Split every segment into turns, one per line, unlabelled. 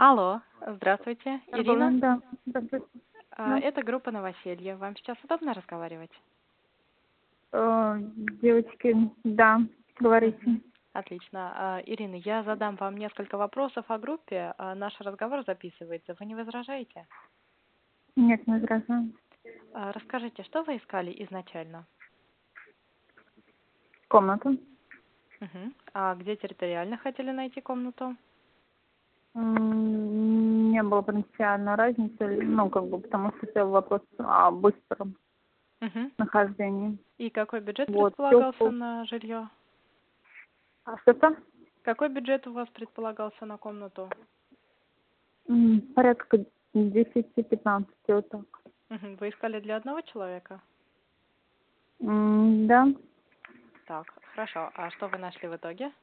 Алло, здравствуйте, Ирина.
Да, здравствуйте. Да.
Это группа «Новоселье». Вам сейчас удобно разговаривать?
Девочки, да, говорите.
Мгм. Отлично. Ирина, я задам вам несколько вопросов о группе. Наш разговор записывается. Вы не возражаете?
Нет, не возражаю.
Расскажите, что вы искали изначально?
Комнату.
Мгм. А где территориально хотели найти комнату?
Не было принципиальной разницы, ну, как бы, потому что стоял вопрос о быстром
Мгм.
нахождении.
И какой бюджет
Вот, все.
предполагался на жилье?
А что-то?
Какой бюджет у вас предполагался на комнату?
Порядка 10-15, вот так.
Мгм. Вы искали для одного человека?
Да.
Так, хорошо. А что вы нашли в итоге?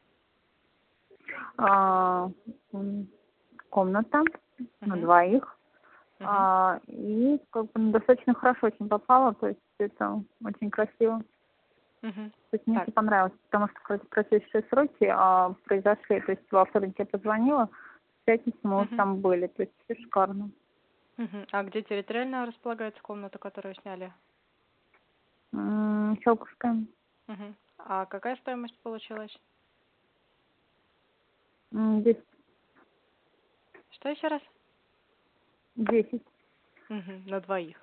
А, Комната на
Мгм.
двоих.
Мгм.
И как бы достаточно хорошо очень попала, то есть это очень красиво.
Мгм.
То есть мне
Так.
все понравилось, потому что как кратчайшие сроки произошли. То есть во вторник я позвонила, в пятницу мы уже
Мгм.
там были. То есть все шикарно.
Мгм. А где территориально располагается комната, которую сняли?
Щелковская.
Мгм. А какая стоимость получилась?
10.
Что еще раз?
10.
Мгм. На двоих,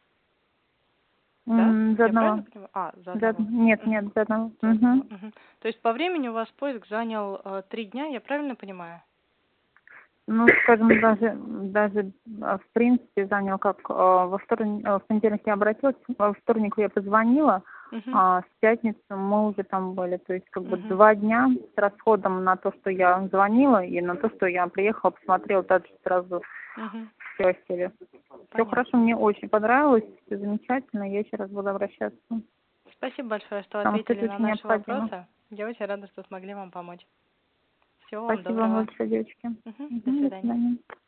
да?
За
Я правильно
одного.
понимаю? За одного.
Нет,
Мгм.
нет, за одного.
За одного. Мгм. То есть по времени у вас поиск занял 3 дня, я правильно понимаю?
Ну, скажем, даже в принципе занял как в понедельник я обратилась, во вторник я позвонила,
Мгм.
а с пятницы мы уже там были. То есть как бы
Мгм.
2 дня с расходом на то, что я звонила, и на то, что я приехала, посмотрела, также сразу
Мгм.
все себе. Все хорошо,
Понятно.
мне очень понравилось, все замечательно, я еще раз буду обращаться,
Спасибо большое, что
потому что
ответили
это
на
очень
наши
необходимо.
вопросы. Я очень рада, что смогли вам помочь. Всего вам
Спасибо вам
доброго.
большое, девочки.
Мгм. До
До
свидания.
свидания.